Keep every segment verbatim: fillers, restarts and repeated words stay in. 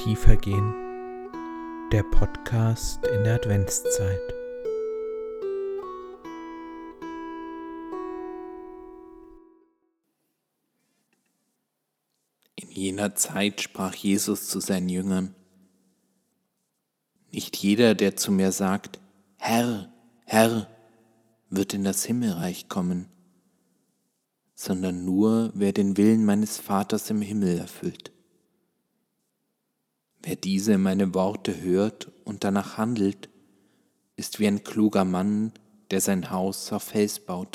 tiefer gehen, der Podcast in der Adventszeit. In jener Zeit sprach Jesus zu seinen Jüngern: Nicht jeder, der zu mir sagt, Herr, Herr, wird in das Himmelreich kommen, sondern nur, wer den Willen meines Vaters im Himmel erfüllt. Wer diese meine Worte hört und danach handelt, ist wie ein kluger Mann, der sein Haus auf Fels baute.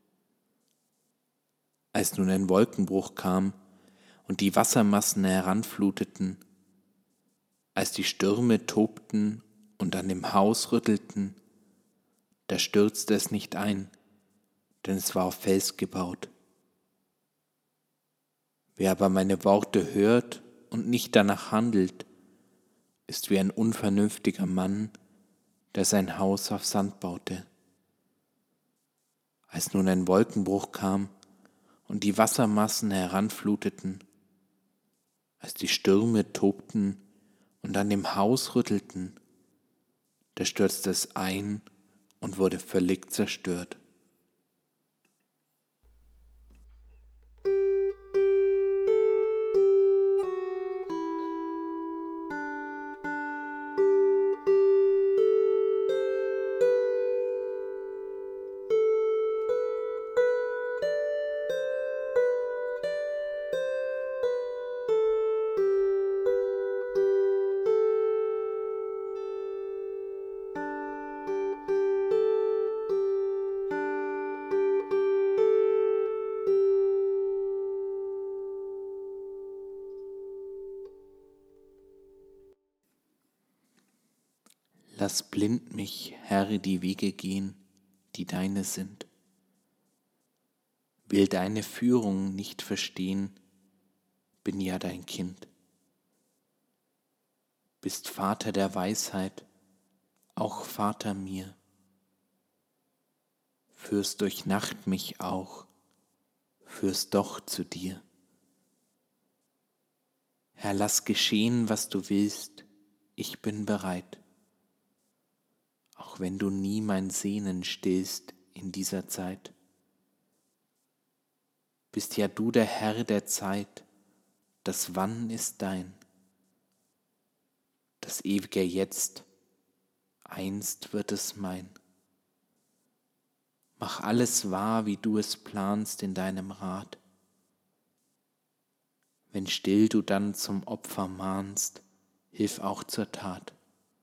Als nun ein Wolkenbruch kam und die Wassermassen heranfluteten, als die Stürme tobten und an dem Haus rüttelten, da stürzte es nicht ein, denn es war auf Fels gebaut. Wer aber meine Worte hört und nicht danach handelt, ist wie ein unvernünftiger Mann, der sein Haus auf Sand baute. Als nun ein Wolkenbruch kam und die Wassermassen heranfluteten, als die Stürme tobten und an dem Haus rüttelten, da stürzte es ein und wurde völlig zerstört. Lass blind mich, Herr, die Wege gehen, die deine sind. Will deine Führung nicht verstehen, bin ja dein Kind. Bist Vater der Weisheit, auch Vater mir. Führst durch Nacht mich auch, führst doch zu dir. Herr, lass geschehen, was du willst, ich bin bereit. Auch wenn du nie mein Sehnen stillst in dieser Zeit. Bist ja du der Herr der Zeit, das Wann ist dein. Das ewige Jetzt, einst wird es mein. Mach alles wahr, wie du es planst in deinem Rat. Wenn still du dann zum Opfer mahnst, hilf auch zur Tat.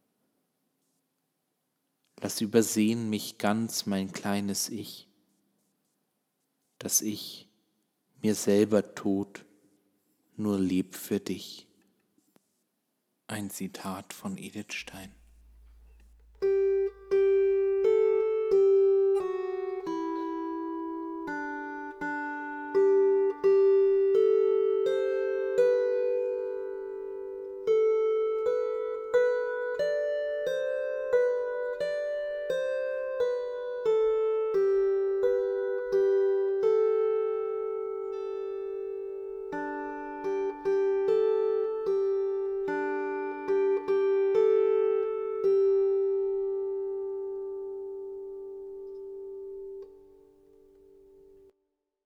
Lass übersehen mich ganz mein kleines Ich, dass ich, mir selber tot, nur leb für dich. Ein Zitat von Edith Stein.